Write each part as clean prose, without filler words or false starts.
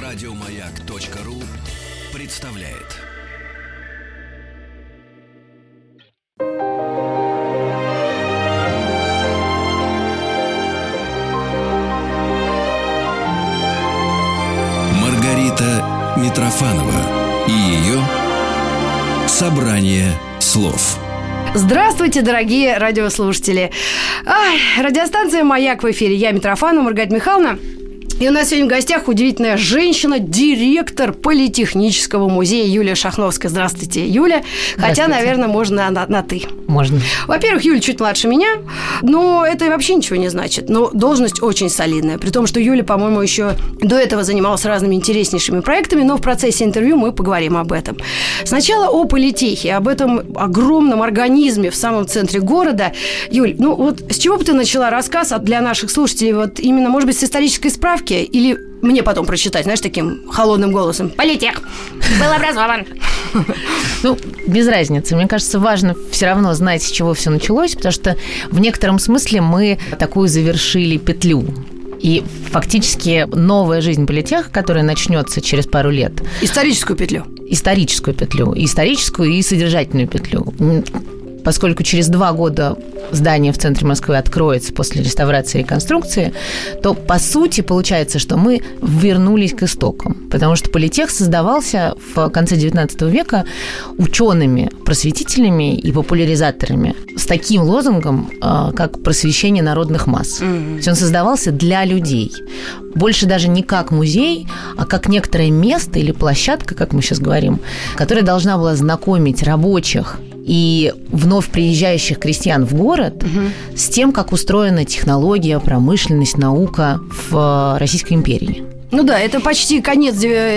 Радиомаяк.ру представляет. Маргарита Митрофанова и ее собрание слов. Здравствуйте, дорогие радиослушатели. Радиостанция «Маяк» в эфире. Я Митрофанова Маргарита Михайловна. И у нас сегодня в гостях удивительная женщина, директор Политехнического музея Юлия Шахновская. Здравствуйте, Юля. Хотя, наверное, можно на «ты». Можно. Во-первых, Юля чуть младше меня, но это вообще ничего не значит. Но должность очень солидная. При том, что Юля, по-моему, еще до этого занималась разными интереснейшими проектами, но в процессе интервью мы поговорим об этом. Сначала о политехе, об этом огромном организме в самом центре города. Юль, ну вот с чего бы ты начала рассказ для наших слушателей? Вот именно, может быть, с исторической справки? Или мне потом прочитать, знаешь, таким холодным голосом? Политех был образован. Ну, без разницы. Мне кажется, важно все равно знать, с чего все началось, потому что в некотором смысле мы такую завершили петлю. И фактически новая жизнь политеха, которая начнется через пару лет. Историческую петлю. Историческую петлю. И историческую, и содержательную петлю. Поскольку через 2 года здание в центре Москвы откроется после реставрации и реконструкции, то, по сути, получается, что мы вернулись к истокам. Потому что политех создавался в конце XIX века учеными, просветителями и популяризаторами с таким лозунгом, как просвещение народных масс. То есть он создавался для людей. Больше даже не как музей, а как некоторое место или площадка, как мы сейчас говорим, которая должна была знакомить рабочих и вновь приезжающих крестьян в город с тем, как устроена технология, промышленность, наука в Российской империи. Ну да, это почти конец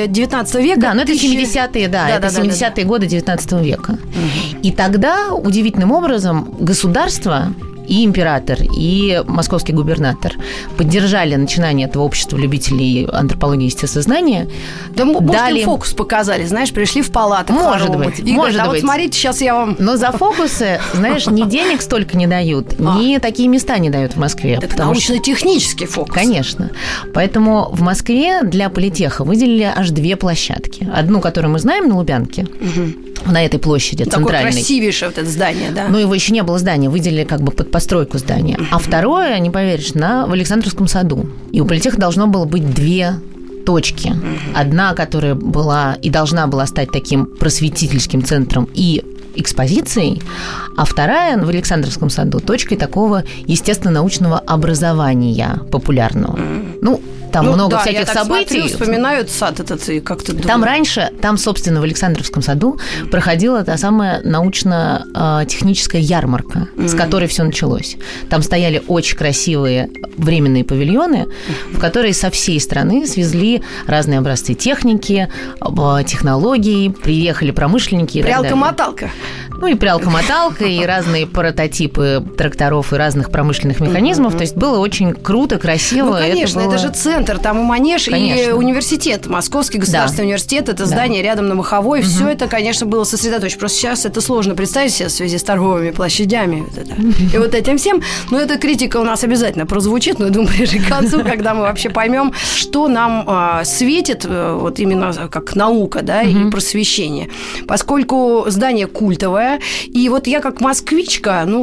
19 века. Да, но это 70-е, это 70-е годы 19 века. И тогда удивительным образом государство и император, и московский губернатор поддержали начинание этого общества любителей антропологии и естествознания. Да, может, фокус показали, знаешь, пришли в палаты. Может быть. Вот смотрите, сейчас я вам... Но за фокусы, знаешь, ни денег столько не дают, ни такие места не дают в Москве. Это научно-технический фокус. Конечно. Поэтому в Москве для политеха выделили аж 2 площадки. Одну, которую мы знаем, на Лубянке, на этой площади центральной. Такое красивейшее вот это здание, да. Но его еще не было здания, выделили как бы под постройку здания. А второе, не поверишь, в Александровском саду. И у политеха должно было быть 2 точки. Одна, которая была и должна была стать таким просветительским центром и экспозицией, а вторая в Александровском саду точкой такого естественно-научного образования популярного. Там много всяких событий. Смотрю, вспоминают сад этот, и как-то думаю. Там, собственно, в Александровском саду проходила та самая научно-техническая ярмарка, с которой все началось. Там стояли очень красивые временные павильоны, в которые со всей страны свезли разные образцы техники, технологий, приехали промышленники и так далее. Прялка-моталка. И прялка-моталка, и разные прототипы тракторов и разных промышленных механизмов. То есть было очень круто, красиво. Конечно, это же центр, там и манеж, и университет, Московский государственный университет, это здание рядом на Маховой, все это, конечно, было сосредоточено. Просто сейчас это сложно представить себе в связи с торговыми площадями и вот этим всем. Но эта критика у нас обязательно прозвучит, но я думаю, ближе к концу, когда мы вообще поймем, что нам светит, вот именно как наука, да, и просвещение. Поскольку здание культовое, и вот я как москвичка, во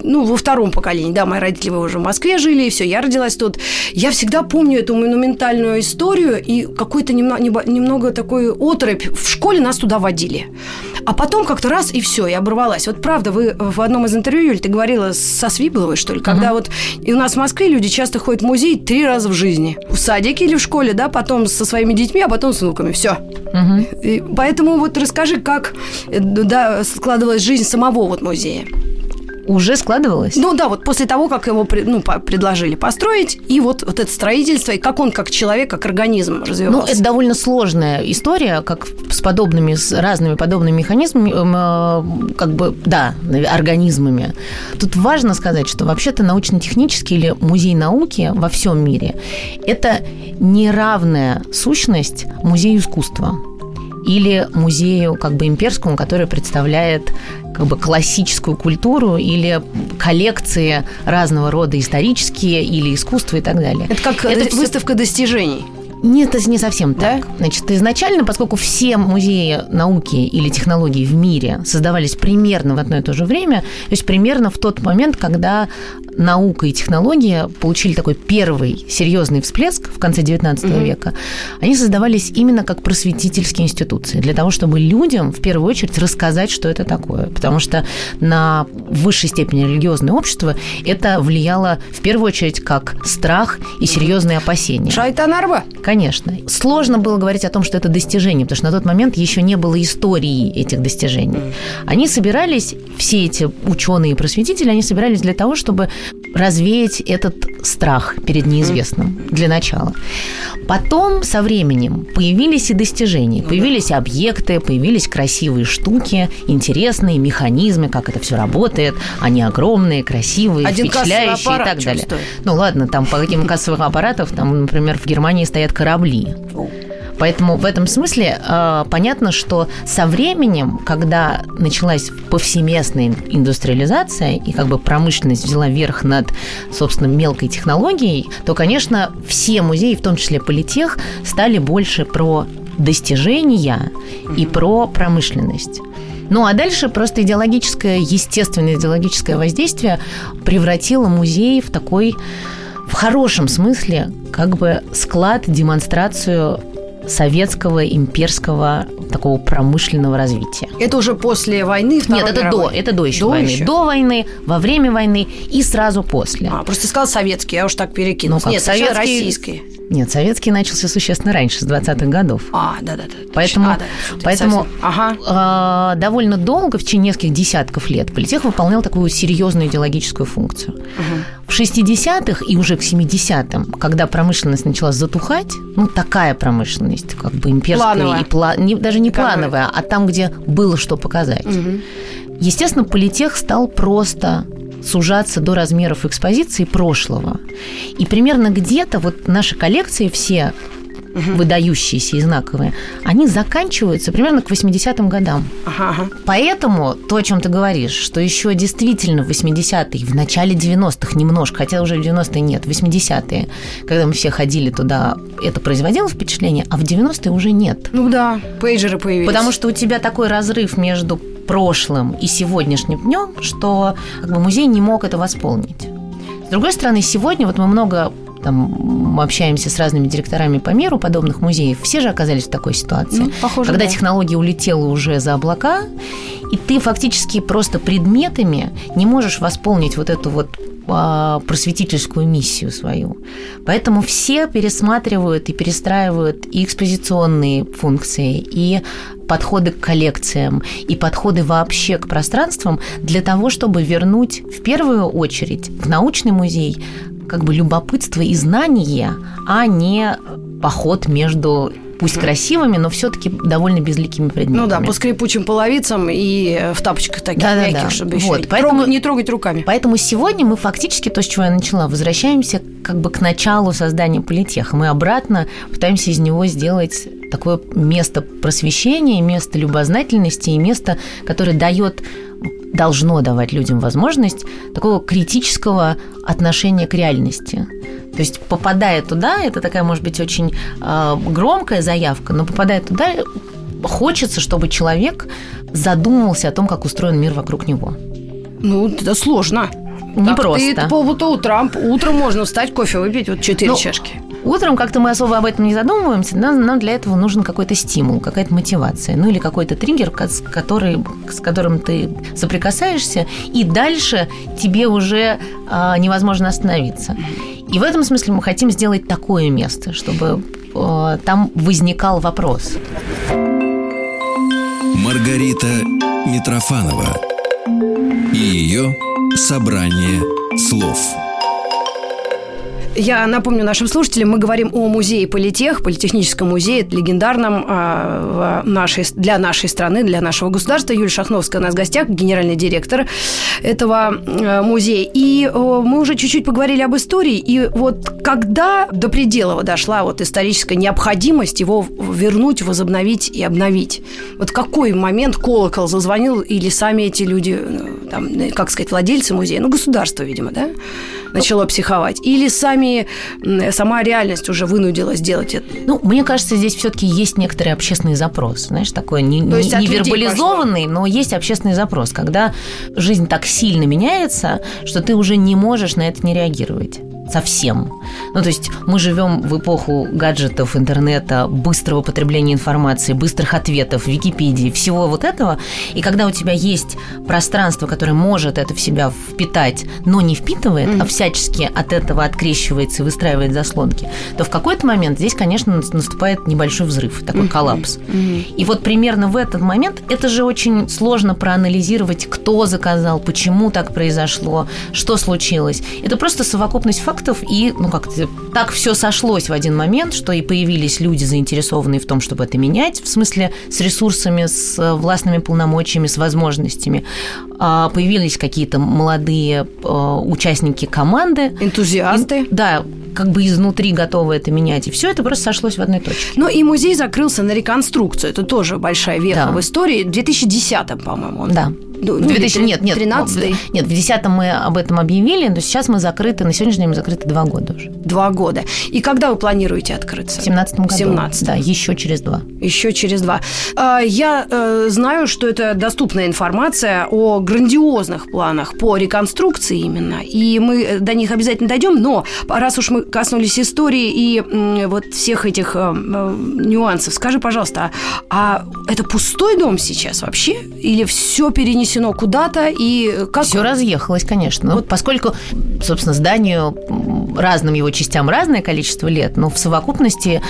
2-м поколении, да, мои родители уже в Москве жили, и все, я родилась тут, я всегда помню эту монументальную историю и какой-то немного такой оторопь. В школе нас туда водили. А потом как-то раз, и все, и оборвалась. Вот правда, вы в одном из интервью, Юль, ты говорила со Свибловой, что ли, когда вот и у нас в Москве люди часто ходят в музей 3 раза в жизни. В садике или в школе, да, потом со своими детьми, а потом с внуками. Все. И поэтому вот расскажи, как складывалась жизнь самого вот музея. Уже складывалось? Вот после того, как его предложили построить, и вот это строительство, и как он, как человек, как организм развивался. Это довольно сложная история, как с разными подобными механизмами, организмами. Тут важно сказать, что вообще-то научно-технический или музей науки во всем мире – это неравная сущность музею искусства или музею имперскому, который представляет классическую культуру или коллекции разного рода исторические или искусство и так далее. Это как выставка достижений. Нет, это не совсем так. Значит, изначально, поскольку все музеи науки или технологий в мире создавались примерно в одно и то же время, то есть примерно в тот момент, когда наука и технология получили такой первый серьезный всплеск в конце XIX века, они создавались именно как просветительские институции, для того, чтобы людям в первую очередь рассказать, что это такое. Потому что на высшей степени религиозное общество это влияло в первую очередь как страх и серьезные опасения. Шайтан-арба. Конечно. Сложно было говорить о том, что это достижение, потому что на тот момент еще не было истории этих достижений. Они собирались, все эти ученые и просветители, они собирались для того, чтобы развеять этот страх перед неизвестным для начала. Потом со временем появились и достижения, появились объекты, появились красивые штуки, интересные механизмы, как это все работает. Они огромные, красивые, впечатляющие и так далее. Ну ладно, там по каким кассовых аппаратов, там, например, в Германии стоят корабли. Поэтому в этом смысле понятно, что со временем, когда началась повсеместная индустриализация и как бы промышленность взяла верх над, собственно, мелкой технологией, то, конечно, все музеи, в том числе политех, стали больше про достижения и про промышленность. Ну, а дальше просто естественное идеологическое воздействие превратило музей в такой, в хорошем смысле, как бы склад, демонстрацию советского, имперского, такого промышленного развития. Это уже после войны? Нет, это до еще войны. Еще? До войны, во время войны и сразу после. Просто сказал советский, я уж так перекинулся. Нет, советский... российский. Нет, советский начался существенно раньше, с 20-х годов. Да. Поэтому довольно долго, в течение нескольких десятков лет, политех выполнял такую серьезную идеологическую функцию. В 60-х и уже к 70-м, когда промышленность начала затухать, такая промышленность, как бы имперская, даже не плановая, а там, где было что показать. Естественно, политех стал просто сужаться до размеров экспозиции прошлого. И примерно где-то вот наши коллекции все выдающиеся и знаковые, они заканчиваются примерно к 80-м годам. Поэтому то, о чем ты говоришь, что еще действительно в 80-е, в начале 90-х немножко, хотя уже в 90-е нет, в 80-е, когда мы все ходили туда, это производило впечатление, а в 90-е уже нет. Пейджеры появились. Потому что у тебя такой разрыв между прошлым и сегодняшним днем, что как бы музей не мог это восполнить. С другой стороны, сегодня вот мы много мы общаемся с разными директорами по миру подобных музеев, все же оказались в такой ситуации, когда технология улетела уже за облака, и ты фактически просто предметами не можешь восполнить вот эту вот просветительскую миссию свою. Поэтому все пересматривают и перестраивают и экспозиционные функции, и подходы к коллекциям, и подходы вообще к пространствам для того, чтобы вернуть в первую очередь в научный музей как бы любопытство и знание, а не поход между пусть красивыми, но все-таки довольно безликими предметами. По скрипучим половицам и в тапочках таких мягких, чтобы еще не трогать руками. Поэтому сегодня мы фактически, то, с чего я начала, возвращаемся как бы к началу создания политеха. Мы обратно пытаемся из него сделать такое место просвещения, место любознательности и место, которое должно давать людям возможность такого критического отношения к реальности. То есть, попадая туда, это такая, может быть, очень громкая заявка, но попадая туда, хочется, чтобы человек задумывался о том, как устроен мир вокруг него. Это сложно. Непросто. Утром можно встать, кофе выпить, 4 чашки. Утром как-то мы особо об этом не задумываемся, нам для этого нужен какой-то стимул, какая-то мотивация, или какой-то триггер, с которым ты соприкасаешься, и дальше тебе уже невозможно остановиться. И в этом смысле мы хотим сделать такое место, чтобы там возникал вопрос. Маргарита Митрофанова и ее собрание слов. Я напомню нашим слушателям, мы говорим о музее Политех, Политехническом музее, легендарном для нашей страны, для нашего государства. Юлия Шахновская у нас в гостях, генеральный директор этого музея. И мы уже чуть-чуть поговорили об истории. И вот когда до предела дошла историческая необходимость его вернуть, возобновить и обновить? Вот в какой момент колокол зазвонил, или сами эти люди, владельцы музея, государство, видимо, да? начало психовать? Или сама реальность уже вынудила сделать это? Мне кажется, здесь все-таки есть некоторый общественный запрос. Знаешь, такой не вербализованный, но есть общественный запрос, когда жизнь так сильно меняется, что ты уже не можешь на это не реагировать. Совсем. То есть мы живем в эпоху гаджетов, интернета, быстрого потребления информации, быстрых ответов, Википедии, всего вот этого. И когда у тебя есть пространство, которое может это в себя впитать, но не впитывает, а всячески от этого открещивается и выстраивает заслонки, то в какой-то момент здесь, конечно, наступает небольшой взрыв, такой коллапс. И вот примерно в этот момент это же очень сложно проанализировать, кто заказал, почему так произошло, что случилось. Это просто совокупность фактов, и как-то так все сошлось в один момент, что и появились люди, заинтересованные в том, чтобы это менять, в смысле с ресурсами, с властными полномочиями, с возможностями. Появились какие-то молодые участники команды. Энтузиасты. Да, как бы изнутри готовы это менять. И все это просто сошлось в одной точке. И музей закрылся на реконструкцию. Это тоже большая веха в истории. В 2010-м, по-моему. Да. Нет, 13-й? Нет, в 2010-м мы об этом объявили, но сейчас мы закрыты, на сегодняшний день мы закрыты 2 года уже. 2 года. И когда вы планируете открыться? В 17-м году. 17-м. Да, еще через 2. Еще через 2. Я знаю, что это доступная информация о грандиозных планах по реконструкции именно, и мы до них обязательно дойдем, но раз уж мы коснулись истории и вот всех этих нюансов, скажи, пожалуйста, а это пустой дом сейчас вообще? Или все перенесено куда-то и как? Все разъехалось, конечно. Поскольку, собственно, зданию, разным его частям разное количество лет, но в совокупности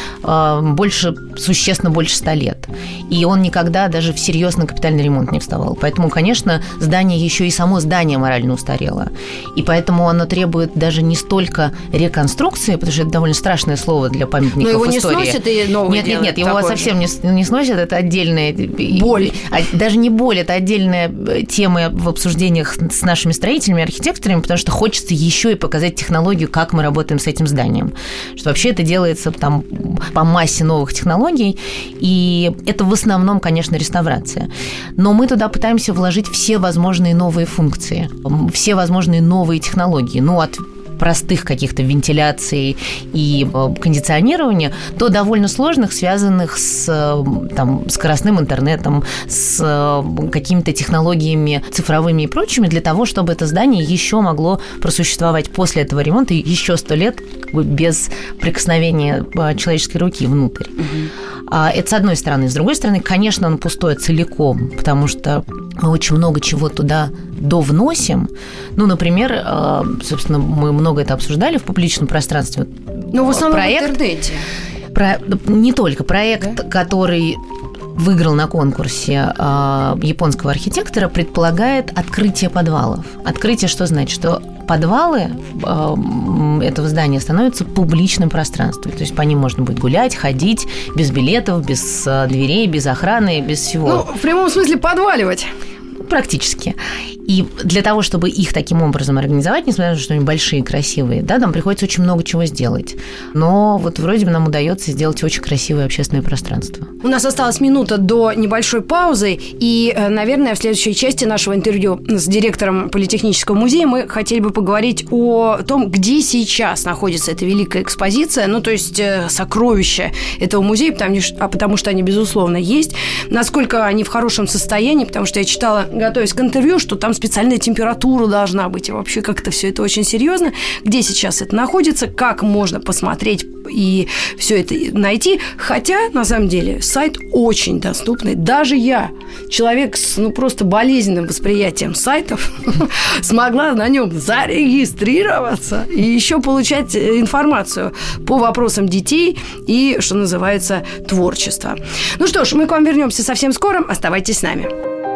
существенно больше 100 лет. И он никогда даже всерьез на капитальный ремонт не вставал. Поэтому, конечно, здание еще и само здание морально устарело. И поэтому оно требует даже не столько реконструкции, потому что это довольно страшное слово для памятников истории. Но его не сносят и новый делают? Нет, его совсем не сносят. Это отдельная... Боль. Даже не боль, это отдельная тема в обсуждениях с нашими строителями, архитекторами, потому что хочется еще и показать технологию, как мы работаем с этим зданием. Что вообще это делается там по массе новых технологий, и это в основном, конечно, реставрация. Но мы туда пытаемся вложить все возможные новые функции, все возможные новые технологии, от простых каких-то вентиляций и кондиционирования до довольно сложных, связанных с скоростным интернетом, с какими-то технологиями цифровыми и прочими, для того, чтобы это здание еще могло просуществовать после этого ремонта еще 100 лет без прикосновения человеческой руки внутрь. Это с одной стороны. С другой стороны, конечно, он пустой целиком, потому что мы очень много чего туда довносим. Например, собственно, мы много это обсуждали в публичном пространстве. В основном в интернете. Не только. Проект, который выиграл на конкурсе японского архитектора, предполагает открытие подвалов. Открытие что значит? Что подвалы этого здания становятся публичным пространством. То есть по ним можно будет гулять, ходить без билетов, без дверей, без охраны, без всего. В прямом смысле подваливать. Практически. И для того, чтобы их таким образом организовать, несмотря на то, что они большие, красивые, нам приходится очень много чего сделать. Но вроде бы нам удается сделать очень красивое общественное пространство. У нас осталась минута до небольшой паузы, и, наверное, в следующей части нашего интервью с директором Политехнического музея мы хотели бы поговорить о том, где сейчас находится эта великая экспозиция, то есть сокровища этого музея, потому что они, безусловно, есть. Насколько они в хорошем состоянии, потому что я читала, готовясь к интервью, что там специальная температура должна быть, и вообще как-то все это очень серьезно. Где сейчас это находится, как можно посмотреть и все это найти. Хотя, на самом деле, сайт очень доступный. Даже я, человек с просто болезненным восприятием сайтов, смогла на нем зарегистрироваться и еще получать информацию по вопросам детей и, что называется, творчества. Что ж, мы к вам вернемся совсем скоро. Оставайтесь с нами.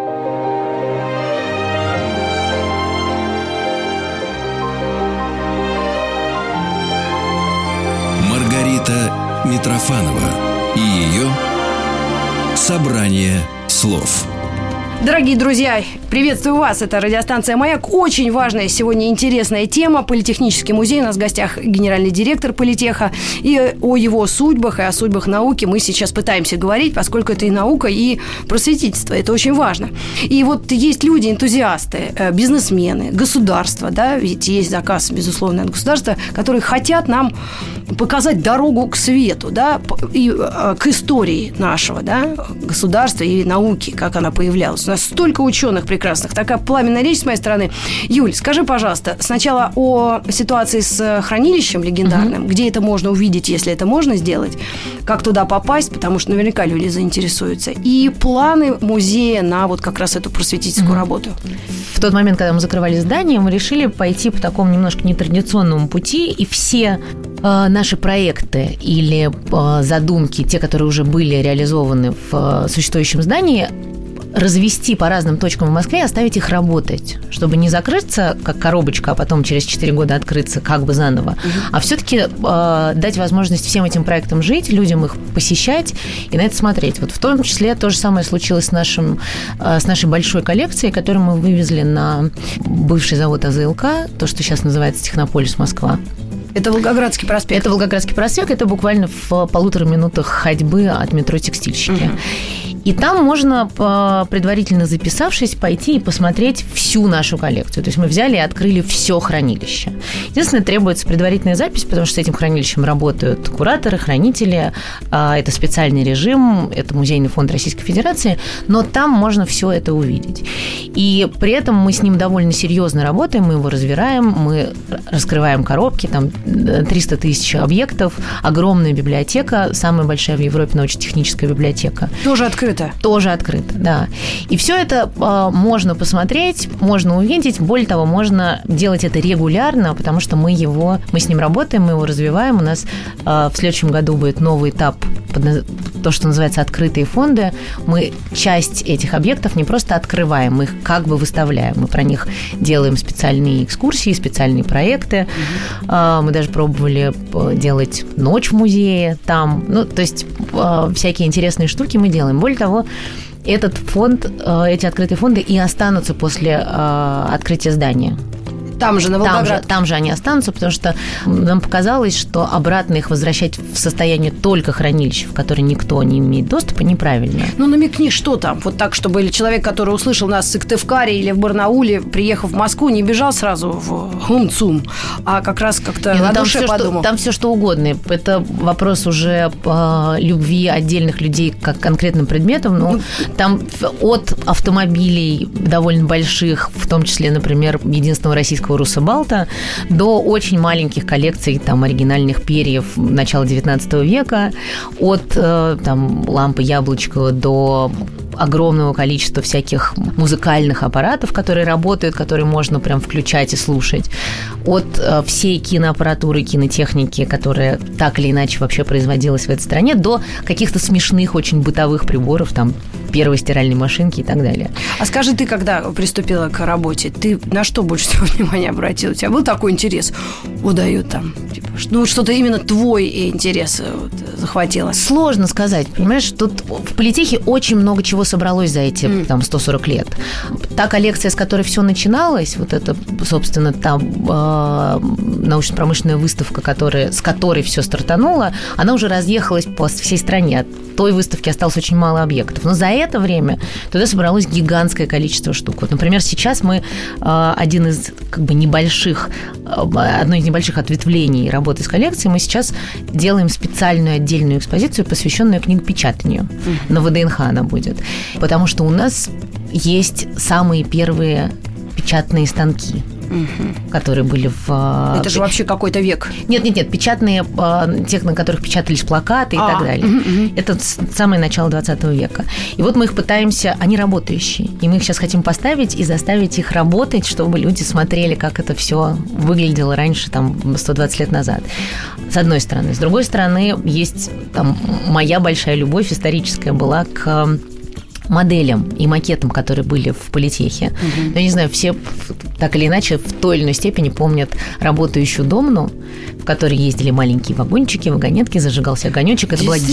Маргарита Митрофанова и ее «Собрание слов». Дорогие друзья, приветствую вас. Это радиостанция «Маяк». Очень важная сегодня интересная тема. Политехнический музей. У нас в гостях генеральный директор Политеха. И о его судьбах, и о судьбах науки мы сейчас пытаемся говорить, поскольку это и наука, и просветительство. Это очень важно. И вот есть люди, энтузиасты, бизнесмены, государства, да, ведь есть заказ, безусловно, от государства, которые хотят нам показать дорогу к свету, да, и к истории нашего, да, государства и науки, как она появлялась. У нас столько ученых прекрасных. Такая пламенная речь с моей стороны. Юль, скажи, пожалуйста, сначала о ситуации с хранилищем легендарным, где это можно увидеть, если это можно сделать, как туда попасть, потому что наверняка люди заинтересуются, и планы музея на вот как раз эту просветительскую работу. В тот момент, когда мы закрывали здание, мы решили пойти по такому немножко нетрадиционному пути, и все наши проекты или задумки, те, которые уже были реализованы в существующем здании, развести по разным точкам в Москве и оставить их работать, чтобы не закрыться, как коробочка, а потом через 4 года открыться как бы заново, а все-таки дать возможность всем этим проектам жить, людям их посещать и на это смотреть. Вот в том числе то же самое случилось с нашей большой коллекцией, которую мы вывезли на бывший завод АЗЛК, то, что сейчас называется Технополис Москва. Это Волгоградский проспект. Это Волгоградский проспект, это буквально в 1,5 минутах ходьбы от метро «Текстильщики». И там можно, предварительно записавшись, пойти и посмотреть всю нашу коллекцию. То есть мы взяли и открыли все хранилище. Единственное, требуется предварительная запись, потому что с этим хранилищем работают кураторы, хранители. Это специальный режим, это Музейный фонд Российской Федерации, но там можно все это увидеть. И при этом мы с ним довольно серьезно работаем, мы его разбираем, мы раскрываем коробки, там 300 тысяч объектов, огромная библиотека, самая большая в Европе научно-техническая библиотека. Тоже открыта. Тоже открыто, да. И все это можно посмотреть, можно увидеть. Более того, можно делать это регулярно, потому что мы с ним работаем, мы его развиваем. У нас в следующем году будет новый этап, то, что называется открытые фонды. Мы часть этих объектов не просто открываем, мы их как бы выставляем. Мы про них делаем специальные экскурсии, специальные проекты. Мы даже пробовали делать ночь в музее там. Ну, то есть всякие интересные штуки мы делаем. Более того, этот фонд, эти открытые фонды и останутся после открытия здания. Там же, на Волгоград. Там же они останутся, потому что нам показалось, что обратно их возвращать в состояние только хранилища, в которые никто не имеет доступа, неправильно. Ну, намекни, что там? Вот так, чтобы человек, который услышал нас в Сыктывкаре или в Барнауле, приехав в Москву, не бежал сразу в Хум-Цум, а как раз как-то на душе подумал. Там все что угодно. Это вопрос уже любви отдельных людей к конкретным предметам. Но там от автомобилей довольно больших, в том числе, например, единственного российского Руссобалта, до очень маленьких коллекций там, оригинальных перьев начала 19 века, от там, лампы Яблочко до огромного количества всяких музыкальных аппаратов, которые работают, которые можно прям включать и слушать, от всей киноаппаратуры, кинотехники, которая так или иначе вообще производилась в этой стране, до каких-то смешных очень бытовых приборов, там, первой стиральной машинки и так далее. А скажи, ты когда приступила к работе, ты на что больше всего внимания обратила? У тебя был такой интерес? Удают там, типа, ну, что-то именно твой интерес захватило? Сложно сказать, понимаешь, тут в Политехе очень много чего собралось за эти там 140 лет. Та коллекция, с которой все начиналось, вот это, собственно, та научно-промышленная выставка, с которой все стартануло, она уже разъехалась по всей стране. От той выставки осталось очень мало объектов. Но за это время туда собралось гигантское количество штук. Вот, например, сейчас мы одно из небольших ответвлений работы с коллекцией, мы сейчас делаем специальную отдельную экспозицию, посвященную книгопечатанию. На ВДНХ она будет. Потому что у нас есть самые первые печатные станки, которые были в... Это же вообще какой-то век. Нет, печатные, тех, на которых печатались плакаты и так далее. Это самое начало 20 века. И вот мы их пытаемся... Они работающие. И мы их сейчас хотим поставить и заставить их работать, чтобы люди смотрели, как это все выглядело раньше, там, 120 лет назад. С одной стороны. С другой стороны, есть там моя большая любовь историческая была к моделям и макетам, которые были в Политехе. Я не знаю, все так или иначе в той или иной степени помнят работающую Домну, в которой ездили маленькие вагончики, вагонетки, зажигался огонечек. Это был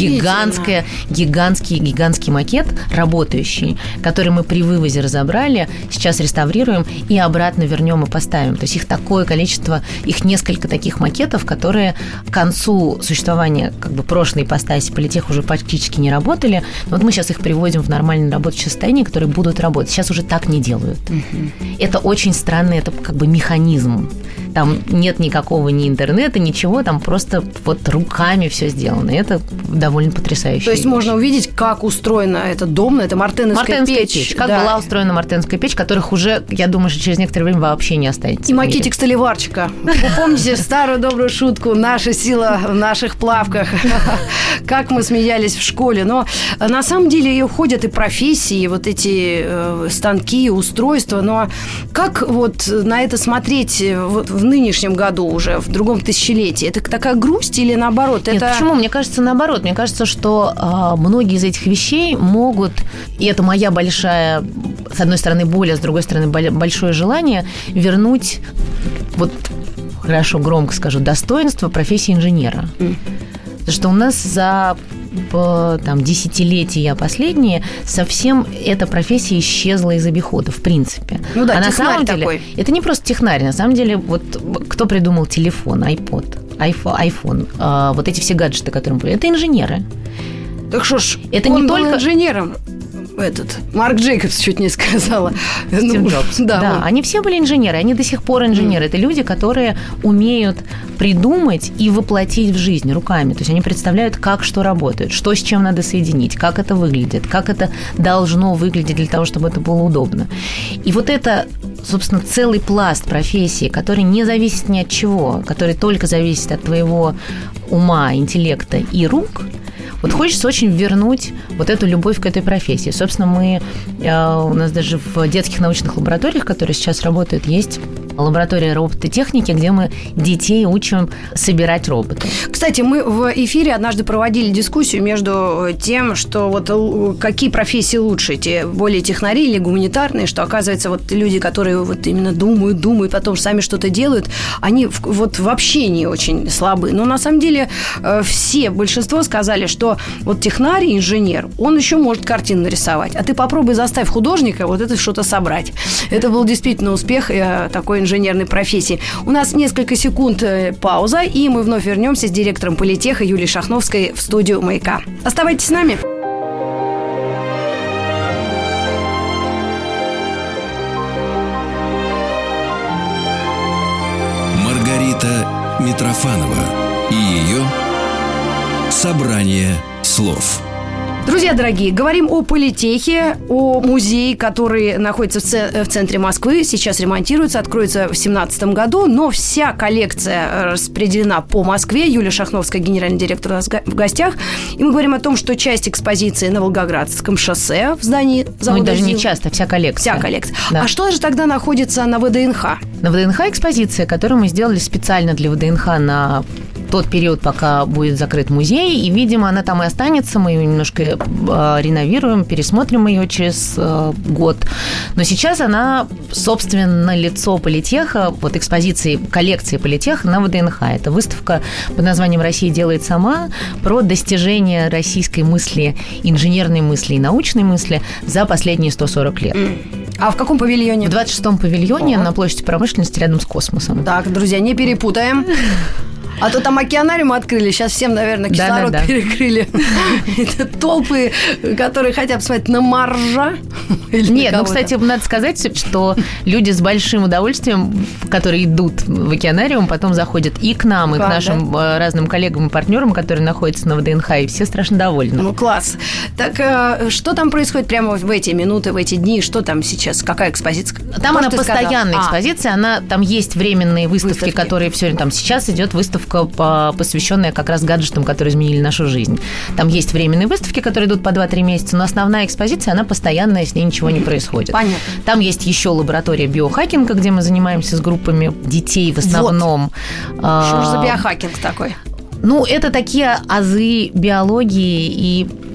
гигантский макет, работающий, который мы при вывозе разобрали, сейчас реставрируем и обратно вернем и поставим. То есть их такое количество, их несколько таких макетов, которые к концу существования прошлой ипостаси Политех уже практически не работали. Но вот мы сейчас их приводим в нормальное рабочее состояние, которые будут работать. Сейчас уже так не делают. Это очень странный, это механизм. Там нет никакого ни интернета, ничего, там просто руками все сделано. И это довольно потрясающе. То есть можно увидеть, как устроена эта дом, это мартеновская печь. Как была устроена мартеновская печь, которых уже, я думаю, что через некоторое время вообще не останется. И макетик столеварчика. Вы помните старую добрую шутку «Наша сила в наших плавках», как мы смеялись в школе. Но на самом деле и уходят и профессии, вот эти станки, устройства. Но как на это смотреть в нынешнем году уже, в другом тысячелетии? Это такая грусть или наоборот? Нет, почему? Мне кажется, наоборот. Мне кажется, что многие из этих вещей могут, и это моя большая, с одной стороны, боль, а с другой стороны, большое желание вернуть, хорошо, громко скажу, достоинство профессии инженера. Потому что у нас за десятилетия последние совсем эта профессия исчезла из обихода, в принципе. Ну да, а на самом деле такой. Это не просто технарь. На самом деле, кто придумал телефон, iPhone, эти все гаджеты, которые мы... Это инженеры. Так что ж, это он не был только инженером. Марк Джейкобс чуть не сказала. Стив Джобс. Да, они все были инженеры, они до сих пор инженеры. Это люди, которые умеют придумать и воплотить в жизнь руками. То есть они представляют, как что работает, что с чем надо соединить, как это выглядит, как это должно выглядеть для того, чтобы это было удобно. И это, собственно, целый пласт профессии, который не зависит ни от чего, который только зависит от твоего ума, интеллекта и рук. Хочется очень вернуть эту любовь к этой профессии. Собственно, у нас даже в детских научных лабораториях, которые сейчас работают, есть лаборатория робототехники, где мы детей учим собирать роботы. Кстати, мы в эфире однажды проводили дискуссию между тем, что какие профессии лучше, те более технари или гуманитарные, что, оказывается, люди, которые именно думают, потом сами что-то делают, они вообще не очень слабы. Но на самом деле большинство сказали, что технарь, инженер, он еще может картину нарисовать, а ты попробуй заставь художника это что-то собрать. Это был действительно успех такой инженерной профессии. У нас несколько секунд пауза, и мы вновь вернемся с директором Политеха Юлией Шахновской в студию «Маяка». Оставайтесь с нами. Маргарита Митрофанова и ее «Собрание слов». Друзья дорогие, говорим о Политехе, о музее, который находится в центре Москвы, сейчас ремонтируется, откроется в 2017 году, но вся коллекция распределена по Москве. Юлия Шахновская, генеральный директор, у нас в гостях. И мы говорим о том, что часть экспозиции на Волгоградском шоссе в здании завода даже не часть, а вся коллекция. Вся коллекция. Да. А что же тогда находится на ВДНХ? На ВДНХ экспозиция, которую мы сделали специально для ВДНХ на тот период, пока будет закрыт музей, и, видимо, она там и останется. Мы ее немножко реновируем, пересмотрим ее через год. Но сейчас она, собственно, лицо Политеха, экспозиции, коллекции Политеха на ВДНХ. Это выставка под названием «Россия делает сама» про достижения российской мысли, инженерной мысли и научной мысли за последние 140 лет. А в каком павильоне? В 26-м павильоне на площади промышленности рядом с космосом. Так, друзья, не перепутаем. А то там океанариум открыли, сейчас всем, наверное, кислород перекрыли. Это толпы, которые хотят посмотреть на моржа. Нет, кстати, надо сказать, что люди с большим удовольствием, которые идут в океанариум, потом заходят и к нам, и к нашим разным коллегам и партнерам, которые находятся на ВДНХ, и все страшно довольны. Ну, класс. Так, что там происходит прямо в эти минуты, в эти дни? Что там сейчас? Какая экспозиция? Там она постоянная экспозиция, там есть временные выставки, которые все время... Там сейчас идет выставка, посвященная как раз гаджетам, которые изменили нашу жизнь. Там есть временные выставки, которые идут по 2-3 месяца, но основная экспозиция, она постоянная, с ней ничего не происходит. Понятно. Там есть еще лаборатория биохакинга, где мы занимаемся с группами детей в основном. Что же за биохакинг такой? Это такие азы биологии и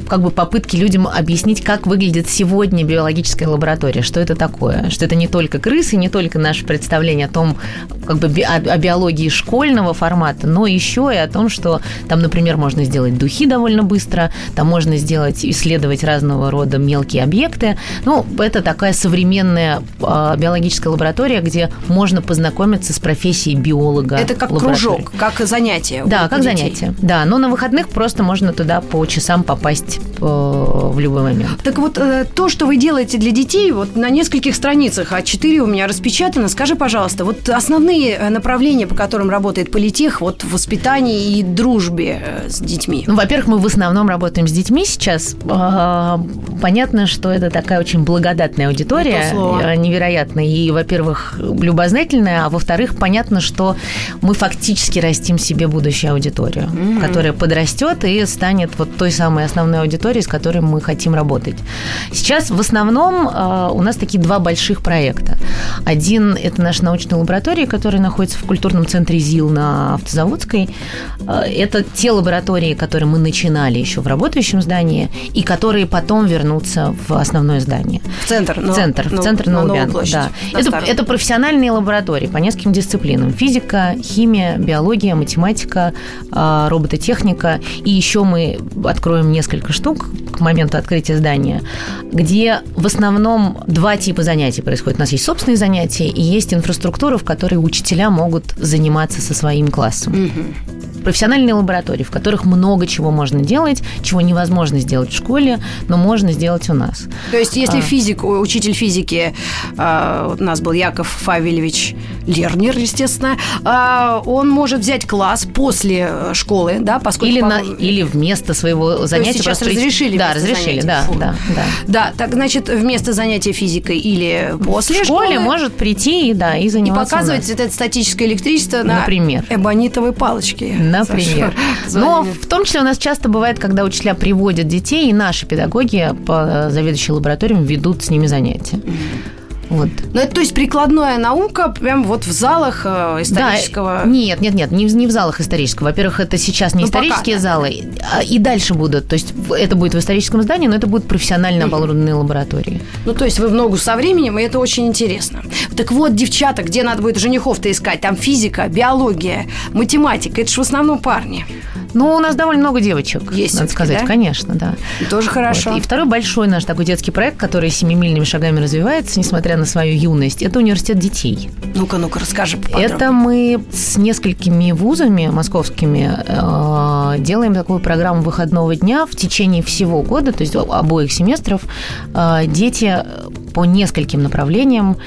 как бы попытки людям объяснить, как выглядит сегодня биологическая лаборатория, что это такое, что это не только крысы, не только наше представление о том, как бы о биологии школьного формата, но еще и о том, что там, например, можно сделать духи довольно быстро, там можно исследовать разного рода мелкие объекты. Ну, это такая современная биологическая лаборатория, где можно познакомиться с профессией биолога. Это как кружок, как занятие. Да, как занятие. Да, но на выходных просто можно туда по часам попасть в любой момент. Так вот, то, что вы делаете для детей, вот на нескольких страницах, А4 у меня распечатано. Скажи, пожалуйста, вот основные направления, по которым работает политех, вот в воспитании и дружбе с детьми? Ну, во-первых, мы в основном работаем с детьми сейчас. Понятно, что это такая очень благодатная аудитория, невероятная, и, во-первых, любознательная, а во-вторых, понятно, что мы фактически растим себе будущую аудиторию, которая подрастет и станет вот той самой основной аудиторией, с которой мы хотим работать. Сейчас в основном у нас такие два больших проекта. Один – это наша научная лаборатория, которая находится в культурном центре ЗИЛ на Автозаводской. Это те лаборатории, которые мы начинали еще в работающем здании и которые потом вернутся в основное здание. В центр? В центр на Лубянку, да. Это профессиональные лаборатории по нескольким дисциплинам. Физика, химия, биология, математика, робототехника. И еще мы откроем несколько штук к моменту открытия здания, где в основном два типа занятий происходят. У нас есть собственные занятия и есть инфраструктура, в которой учителя могут заниматься со своим классом. Профессиональные лаборатории, в которых много чего можно делать, чего невозможно сделать в школе, но можно сделать у нас. То есть, если учитель физики, у нас был Яков Фавельевич Лернер, естественно, он может взять класс после школы, да, поскольку... Или вместо своего занятия. То есть, сейчас разрешили? Да, разрешили, да. Да, так, значит, вместо занятия физикой или после школы... В школе может прийти и заниматься. И показывать это статическое электричество на эбонитовой палочке. Например. Но в том числе у нас часто бывает, когда учителя приводят детей, и наши педагоги по заведующей лабораториям ведут с ними занятия. Вот. Ну, это, то есть, прикладная наука прям вот в залах исторического... Да, нет, не в залах исторического. Во-первых, это сейчас не исторические залы, и дальше будут. То есть, это будет в историческом здании, но это будут профессионально оборудованные лаборатории. Ну, то есть, вы в ногу со временем, и это очень интересно. Так вот, девчата, где надо будет женихов-то искать? Там физика, биология, математика. Это же в основном парни. Ну, у нас довольно много девочек, есть, надо сказать, да? Конечно, да. Тоже хорошо. Вот. И второй большой наш такой детский проект, который семимильными шагами развивается, несмотря на свою юность, это университет детей. Ну-ка, расскажи поподробнее. Это мы с несколькими вузами московскими делаем такую программу выходного дня в течение всего года, то есть обоих семестров. Дети по нескольким направлениям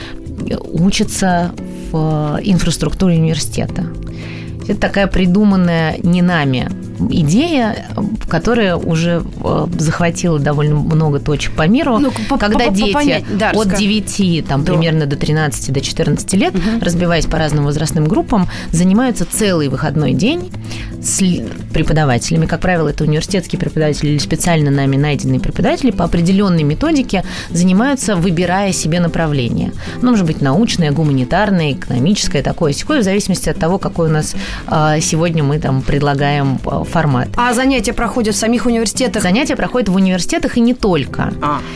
учатся в инфраструктуре университета. Это такая придуманная не нами идея, которая уже захватила довольно много точек по миру, когда дети от 9 примерно до 13, до 14 лет, разбиваясь по разным возрастным группам, занимаются целый выходной день с преподавателями. Как правило, это университетские преподаватели или специально нами найденные преподаватели по определенной методике занимаются, выбирая себе направление. Ну, может быть, научное, гуманитарное, экономическое, такое-сякое, в зависимости от того, какой у нас сегодня мы там предлагаем формат. А занятия проходят в самих университетах? Занятия проходят в университетах и не только.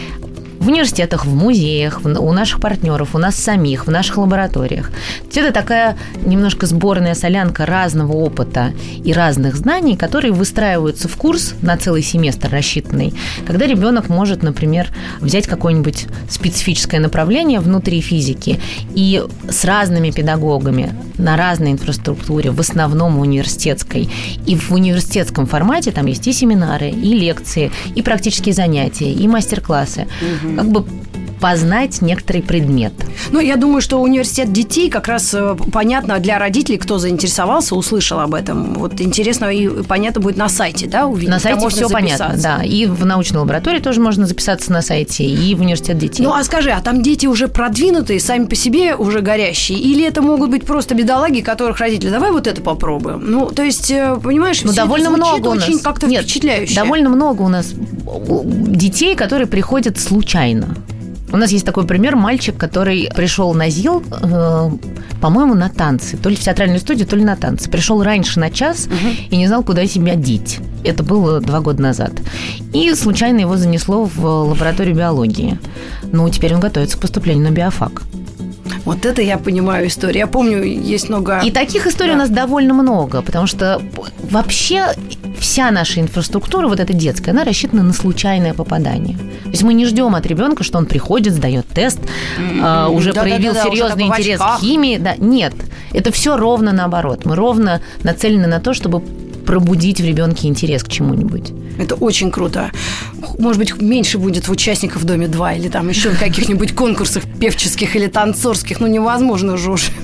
В университетах, в музеях, у наших партнеров, у нас самих, в наших лабораториях. Это такая немножко сборная солянка разного опыта и разных знаний, которые выстраиваются в курс на целый семестр рассчитанный, когда ребенок может, например, взять какое-нибудь специфическое направление внутри физики и с разными педагогами на разной инфраструктуре, в основном университетской, и в университетском формате там есть и семинары, и лекции, и практические занятия, и мастер-классы. Как бы познать некоторый предмет. Ну, я думаю, что университет детей как раз понятно для родителей, кто заинтересовался, услышал об этом. Вот интересно и понятно будет на сайте, да, увидеть. На сайте все понятно, да. И в научной лаборатории тоже можно записаться на сайте, и в университет детей. Ну, а скажи, а там дети уже продвинутые, сами по себе уже горящие? Или это могут быть просто бедолаги, которых родители, давай вот это попробуем? Ну, то есть, понимаешь, все довольно это много у нас. Очень как-то впечатляюще. Довольно много у нас детей, которые приходят случайно. У нас есть такой пример. Мальчик, который пришел на ЗИЛ, по-моему, на танцы. То ли в театральную студию, то ли на танцы. Пришел раньше на час и не знал, куда себя деть. Это было 2 года назад. И случайно его занесло в лабораторию биологии. Ну, теперь он готовится к поступлению на биофак. Вот это я понимаю историю. Я помню, есть много... И таких историй у нас довольно много, потому что вообще вся наша инфраструктура, вот эта детская, она рассчитана на случайное попадание. То есть мы не ждем от ребенка, что он приходит, сдает тест, уже проявил серьезный интерес к химии. Да, нет, это все ровно наоборот. Мы ровно нацелены на то, чтобы пробудить в ребенке интерес к чему-нибудь. Это очень круто. Может быть, меньше будет участников в Доме 2 или там еще в каких-нибудь конкурсах певческих или танцорских. Ну, невозможно же уже.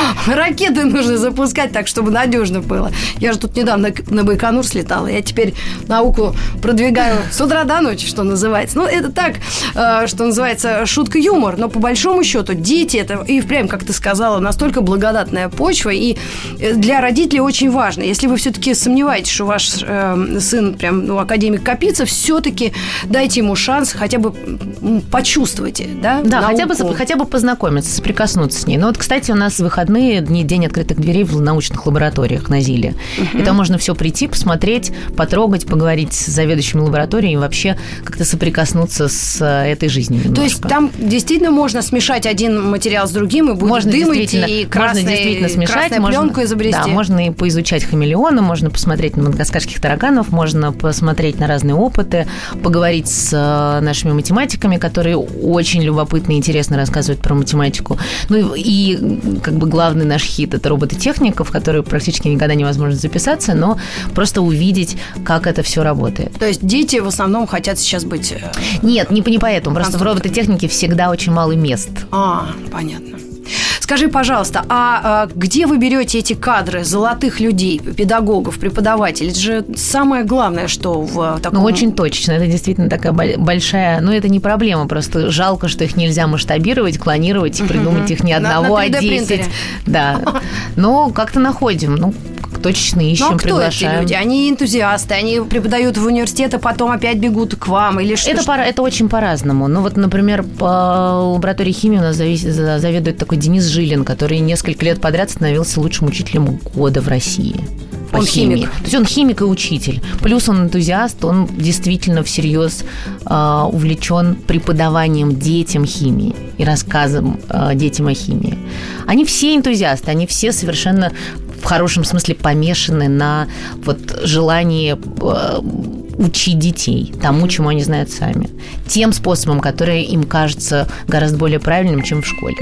Ракеты нужно запускать так, чтобы надежно было. Я же тут недавно на Байконур слетала. Я теперь науку продвигаю с утра до ночи, что называется. Ну, это так, что называется, шутка-юмор. Но по большому счету дети, это и впрямь, как ты сказала, настолько благодатная почва. И для родителей очень важно. Если вы все-таки сомневаетесь, что ваш сын прям, академик Капица, все-таки дайте ему шанс, хотя бы почувствуйте, да? Да, хотя бы познакомиться, соприкоснуться с ней. Ну вот, кстати, у нас в выходные день открытых дверей в научных лабораториях на ЗИЛе. И там можно все прийти, посмотреть, потрогать, поговорить с заведующими лабораторией и вообще как-то соприкоснуться с этой жизнью немножко. То есть там действительно можно смешать один материал с другим, и будет дым идти, и красную пленку изобрести. Да, можно и поизучать хамелеона, можно посмотреть на мадагаскарских тараганов, можно посмотреть на разные опыты, поговорить с нашими математиками, которые очень любопытно и интересно рассказывают про математику. Ну и как бы главный наш хит – это робототехника, в которую практически никогда невозможно записаться, но просто увидеть, как это все работает. То есть дети в основном хотят сейчас быть… Нет, не поэтому. Просто в робототехнике всегда очень мало мест. Понятно. Скажи, пожалуйста, а где вы берете эти кадры золотых людей, педагогов, преподавателей? Это же самое главное, что в таком… Ну, очень точно. Это действительно такая большая… Ну, это не проблема, просто жалко, что их нельзя масштабировать, клонировать и придумать их не одного, а 10. Да. Но как-то находим. Точечно ищем, приглашаем. Эти люди? Они энтузиасты, они преподают в университете, потом опять бегут к вам или что? Это очень по-разному. Ну вот, например, по лаборатории химии у нас заведует такой Денис Жилин, который несколько лет подряд становился лучшим учителем года в России. Он химик. То есть он химик и учитель. Плюс он энтузиаст, он действительно всерьез увлечен преподаванием детям химии и рассказом детям о химии. Они все энтузиасты, они все совершенно в хорошем смысле помешаны на желании учить детей тому, чему они знают сами. Тем способом, который им кажется гораздо более правильным, чем в школе.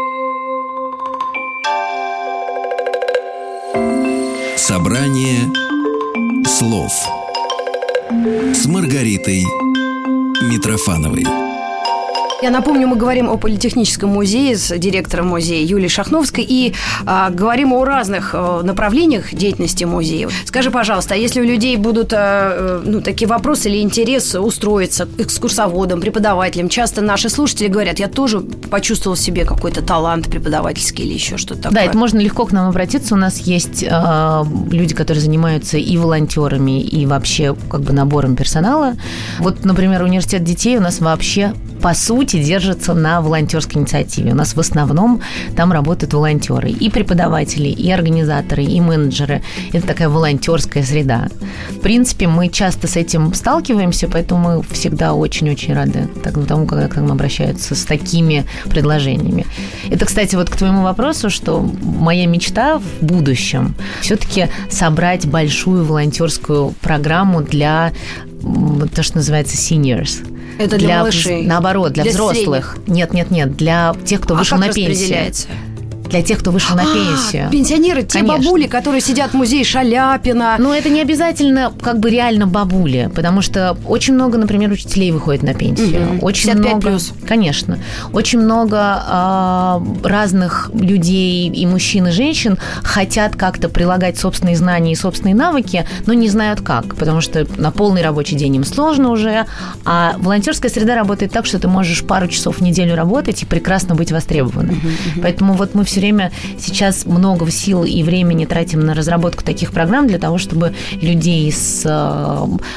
Собрание слов с Маргаритой Митрофановой. Я напомню, мы говорим о Политехническом музее с директором музея Юлией Шахновской и говорим о разных направлениях деятельности музея. Скажи, пожалуйста, а если у людей будут такие вопросы или интерес устроиться экскурсоводом, преподавателем, часто наши слушатели говорят, я тоже почувствовал в себе какой-то талант преподавательский или еще что-то такое. Да, это можно легко к нам обратиться. У нас есть люди, которые занимаются и волонтерами, и вообще набором персонала. Вот, например, университет детей у нас вообще по сути держится на волонтерской инициативе. У нас в основном там работают волонтеры, и преподаватели, и организаторы, и менеджеры. Это такая волонтерская среда. В принципе, мы часто с этим сталкиваемся, поэтому мы всегда очень-очень рады тому, когда к нам обращаются с такими предложениями. Это, кстати, к твоему вопросу, что моя мечта в будущем все-таки собрать большую волонтерскую программу для то, что называется seniors. Это для малышей? Наоборот, для взрослых. Нет, для тех, кто вышел на пенсию. Для тех, кто вышел на пенсию. Пенсионеры, те бабули, которые сидят в музее Шаляпина. Но это не обязательно реально бабули, потому что очень много, например, учителей выходит на пенсию. Очень 55 много, плюс. Конечно. Очень много разных людей, и мужчин, и женщин, хотят как-то прилагать собственные знания и собственные навыки, но не знают как, потому что на полный рабочий день им сложно уже, а волонтерская среда работает так, что ты можешь пару часов в неделю работать и прекрасно быть востребованным. Поэтому мы все время сейчас много сил и времени тратим на разработку таких программ для того, чтобы людей с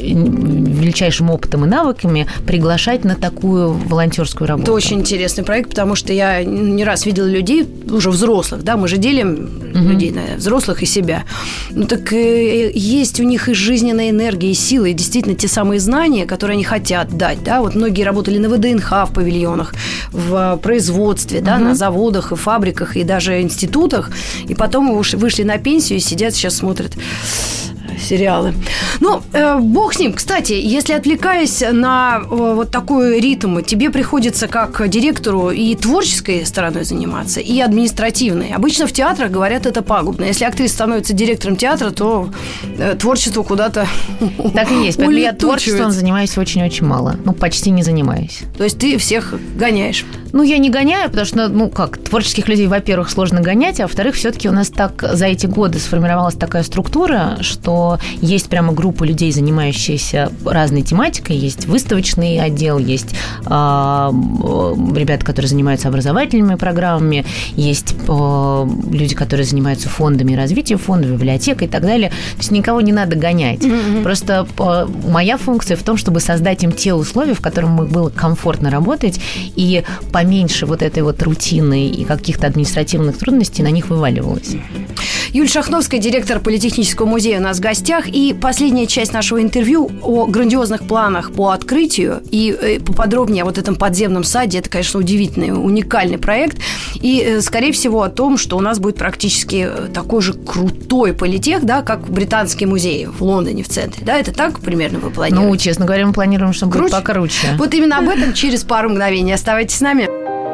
величайшим опытом и навыками приглашать на такую волонтерскую работу. Это очень интересный проект, потому что я не раз видела людей, уже взрослых, да, мы же делим людей на взрослых и себя. Ну так есть у них и жизненная энергия, и сила, и действительно те самые знания, которые они хотят дать, да. Вот многие работали на ВДНХ в павильонах, в производстве, да, на заводах и фабриках, и даже институтах, и потом вышли на пенсию и сидят, сейчас смотрят сериалы. Ну, бог с ним. Кстати, если отвлекаясь на вот такой ритм, тебе приходится как директору и творческой стороной заниматься, и административной. Обычно в театрах говорят, это пагубно. Если актриса становится директором театра, то творчество куда-то так и есть. Поэтому я творчеством занимаюсь очень-очень мало. Ну, почти не занимаюсь. То есть ты всех гоняешь? Ну, я не гоняю, потому что, ну, как, творческих людей, во-первых, сложно гонять, а во-вторых, все-таки у нас так за эти годы сформировалась такая структура, что есть прямо группа людей, занимающиеся разной тематикой. Есть выставочный отдел, есть ребята, которые занимаются образовательными программами, есть люди, которые занимаются фондами развития фондов, библиотекой и так далее. То есть никого не надо гонять. Просто моя функция в том, чтобы создать им те условия, в которых им было комфортно работать, и поменьше вот этой вот рутины и каких-то административных трудностей на них вываливалось. Юлия Шахновская, директор Политехнического музея, у нас в гостях. И последняя часть нашего интервью о грандиозных планах по открытию и поподробнее о вот этом подземном саде. Это, конечно, удивительный, уникальный проект. И, скорее всего, о том, что у нас будет практически такой же крутой политех, да, как Британский музей в Лондоне, в центре. Да, это так примерно вы планируете? Ну, честно говоря, мы планируем, что будет покруче. Вот именно об этом через пару мгновений. Оставайтесь с нами.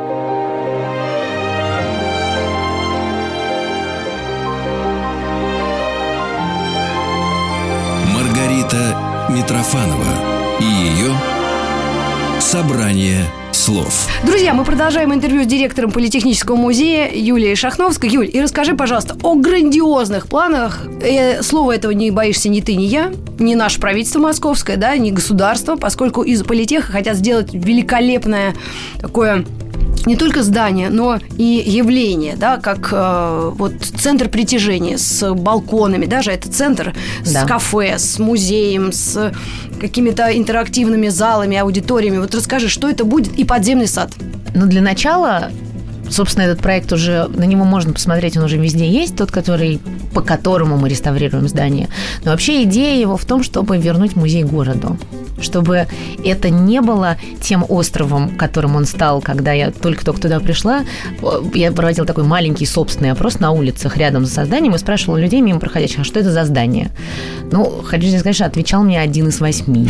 Маргарита Митрофанова и ее «Собрание слов». Друзья, мы продолжаем интервью с директором Политехнического музея Юлией Шахновской. Юль, и расскажи, пожалуйста, о грандиозных планах. Слова этого не боишься ни ты, ни я, ни наше правительство московское, да, ни государство, поскольку из политеха хотят сделать великолепное такое не только здание, но и явление, да, как вот центр притяжения с балконами, даже это центр с кафе, с музеем, с какими-то интерактивными залами, аудиториями. Вот расскажи, что это будет, и подземный сад. Ну, для начала, собственно, этот проект уже, на него можно посмотреть, он уже везде есть, тот, по которому мы реставрируем здание. Но вообще идея его в том, чтобы вернуть музей городу, чтобы это не было тем островом, которым он стал, когда я только-только туда пришла. Я проводила такой маленький собственный опрос на улицах рядом с зданием и спрашивала людей мимо проходящих, а что это за здание? Ну, хочу тебе сказать, что отвечал мне 1 из 8.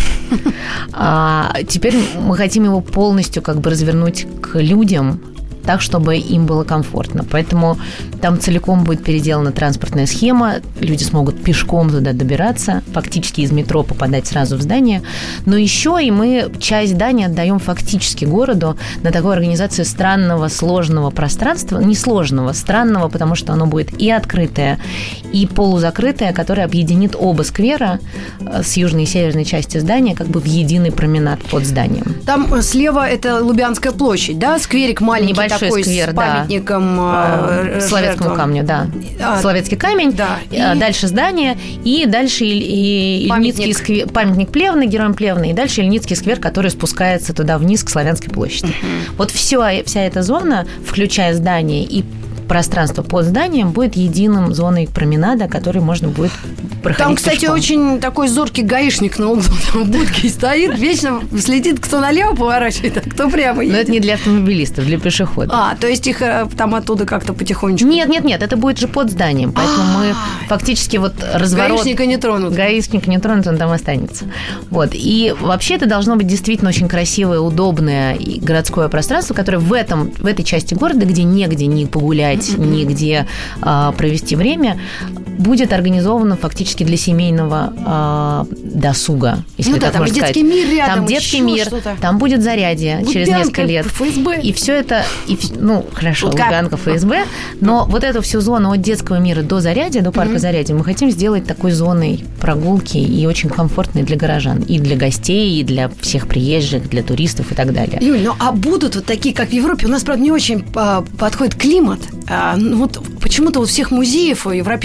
А теперь мы хотим его полностью как бы развернуть к людям, так, чтобы им было комфортно. Поэтому там целиком будет переделана транспортная схема, люди смогут пешком туда добираться, фактически из метро попадать сразу в здание. Но еще и мы часть здания отдаем фактически городу на такую организацию странного, сложного пространства. Не сложного, странного, потому что оно будет и открытое, и полузакрытое, которое объединит оба сквера с южной и северной части здания как бы в единый променад под зданием. Там слева это Лубянская площадь, да? Скверик маленький, небольшой такой сквер, с памятником Славянскому камню, да. Славянский камень, да. Дальше здание, и дальше Ильницкий сквер, памятник Плевны, героям Плевны, и дальше Ильницкий сквер, который спускается туда вниз к Славянской площади. Вот вся эта зона, включая здание и пространство под зданием, будет единым зоной променада, который можно будет проходить там, кстати, пешком. Очень такой зоркий гаишник на углу в будке стоит, вечно следит, кто налево поворачивает, а кто прямо едет. Но это не для автомобилистов, для пешеходов. То есть их там оттуда как-то потихонечку... Нет, это будет же под зданием, поэтому мы фактически вот разворот... Гаишника не тронут. Гаишник не тронут, он там останется. Вот. И вообще это должно быть действительно очень красивое, удобное городское пространство, которое в этой части города, где негде ни погулять, нигде провести время, будет организовано фактически для семейного досуга, если так можно сказать. Детский мир рядом. Там детский мир, что-то. Там будет зарядье через несколько лет. ФСБ. И все это, хорошо, Лубянка, ФСБ, но вот эту всю зону от детского мира до зарядья, до парка зарядья, мы хотим сделать такой зоной прогулки и очень комфортной для горожан, и для гостей, и для всех приезжих, для туристов и так далее. Юль, а будут вот такие, как в Европе? У нас, правда, не очень подходит климат. Вот почему-то у всех музеев европейских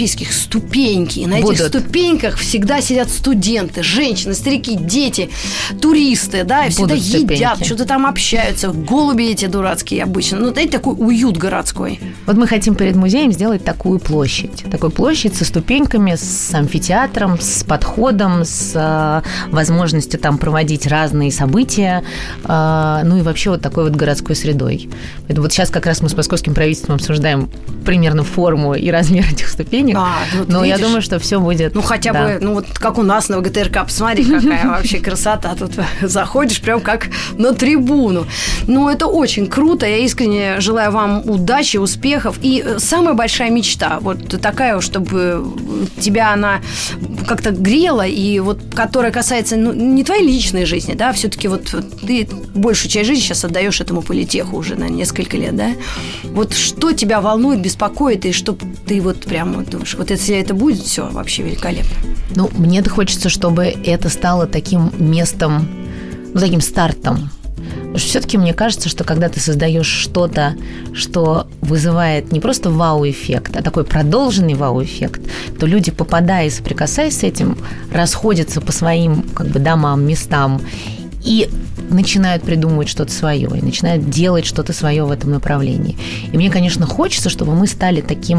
ступеньки. И на этих ступеньках всегда сидят студенты, женщины, старики, дети, туристы, да, и всегда едят, что-то там общаются. Голуби эти дурацкие обычно. Ну, это такой уют городской. Вот мы хотим перед музеем сделать такую площадь. Такую площадь со ступеньками, с амфитеатром, с подходом, с возможностью там проводить разные события, ну и вообще вот такой вот городской средой. Поэтому вот сейчас как раз мы с московским правительством обсуждаем примерно форму и размер этих ступенек. Вот но видишь, я думаю, что все будет... Ну, хотя бы, ну, вот как у нас на ВГТРК. Посмотри, какая вообще красота. Тут заходишь прям как на трибуну. Ну, это очень круто. Я искренне желаю вам удачи, успехов. И самая большая мечта, вот такая, чтобы тебя она как-то грела, и вот которая касается, ну, не твоей личной жизни, да, все-таки вот ты большую часть жизни сейчас отдаешь этому политеху уже на несколько лет, да. Вот что тебя волнует, беспокоит, и что ты вот прямо думаешь, вот если это будет, все вообще великолепно. Ну, мне-то хочется, чтобы это стало таким местом, ну, таким стартом. Потому что все-таки мне кажется, что когда ты создаешь что-то, что вызывает не просто вау-эффект, а такой продолженный вау-эффект, то люди, попадая и соприкасаясь с этим, расходятся по своим как бы домам, местам и начинают придумывать что-то свое, и начинают делать что-то свое в этом направлении. И мне, конечно, хочется, чтобы мы стали таким,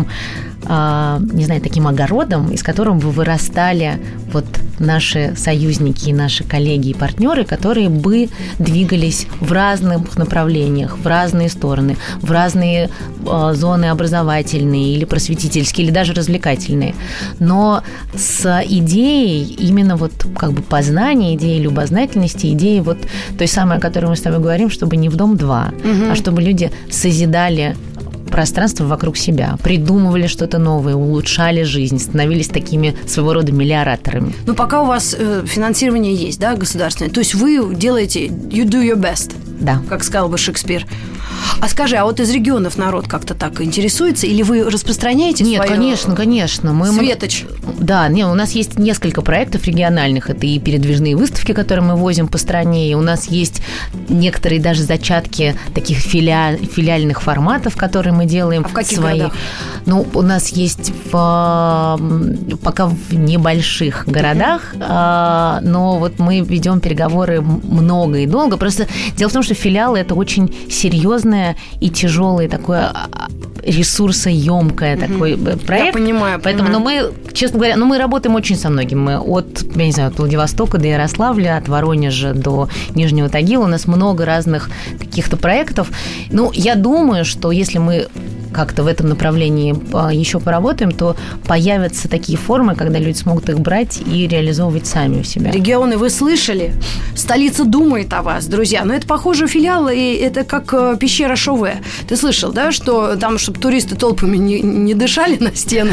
не знаю, таким огородом, из которого бы вырастали вот наши союзники, наши коллеги и партнеры, которые бы двигались в разных направлениях, в разные стороны, в разные зоны образовательные или просветительские, или даже развлекательные. Но с идеей именно вот как бы познания, идеей любознательности, идеей вот той самой, о которой мы с тобой говорим, чтобы не в дом 2, а чтобы люди созидали пространство вокруг себя, придумывали что-то новое, улучшали жизнь, становились такими своего рода мелиораторами. Ну, пока у вас финансирование есть, да, государственное, то есть вы делаете you do your best, да, как сказал бы Шекспир. А скажи, а вот из регионов народ как-то так интересуется? Или вы распространяете Нет, свое... конечно. Светоч. Да, у нас есть несколько проектов региональных. Это и передвижные выставки, которые мы возим по стране. И у нас есть некоторые даже зачатки таких филиальных форматов, которые мы делаем. А в каких городах? Ну, у нас есть пока в небольших городах, но вот мы ведем переговоры много и долго. Просто дело в том, что филиалы – это очень серьезное и тяжелое такое ресурсоемкое такой проект. Я понимаю. Поэтому, но мы, честно говоря, мы работаем очень со многим. Мы от Владивостока до Ярославля, от Воронежа до Нижнего Тагила. У нас много разных каких-то проектов. Ну, я думаю, что если мы как-то в этом направлении еще поработаем, то появятся такие формы, когда люди смогут их брать и реализовывать сами у себя. Регионы, вы слышали? Столица думает о вас, друзья. Но это, похоже, филиал, и это как пещера Шове. Ты слышал, да, что там, чтобы туристы толпами не дышали на стены,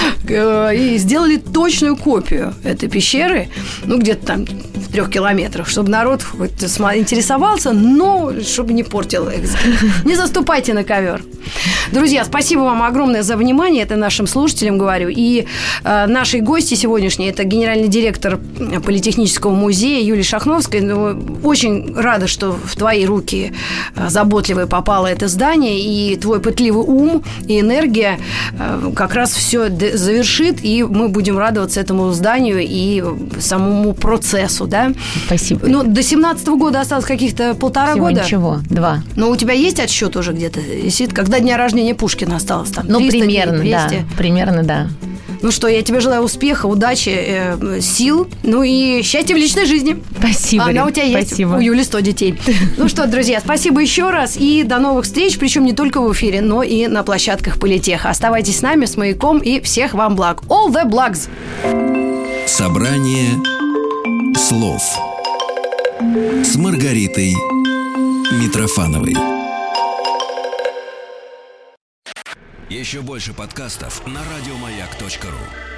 и сделали точную копию этой пещеры, ну, где-то там в 3 километрах, чтобы народ хоть интересовался, но чтобы не портил экзамен. Не заступайте на ковер. Друзья, спасибо вам огромное за внимание. Это нашим слушателям говорю. И нашей гости сегодняшней – это генеральный директор Политехнического музея Юлия Шахновская. Очень рада, что в твои руки заботливые попало это здание. И твой пытливый ум и энергия как раз все завершит. И мы будем радоваться этому зданию и самому процессу. Да? Спасибо. Ну, до 17-го года осталось каких-то 1,5 года. Ничего, 2. Но у тебя есть отсчет уже где-то? Когда дня рождения Пушкина осталось там? 300, ну, примерно, 200. да. Примерно, да. Ну что, я тебе желаю успеха, удачи, сил, ну и счастья в личной жизни. Спасибо. Она у тебя есть, у Юли 100 детей. Ну что, друзья, спасибо еще раз и до новых встреч, причем не только в эфире, но и на площадках Политеха. Оставайтесь с нами, с «Маяком», и всех вам благ. All the blogs! Собрание слов с Маргаритой Митрофановой. Еще больше подкастов на радиомаяк.ру.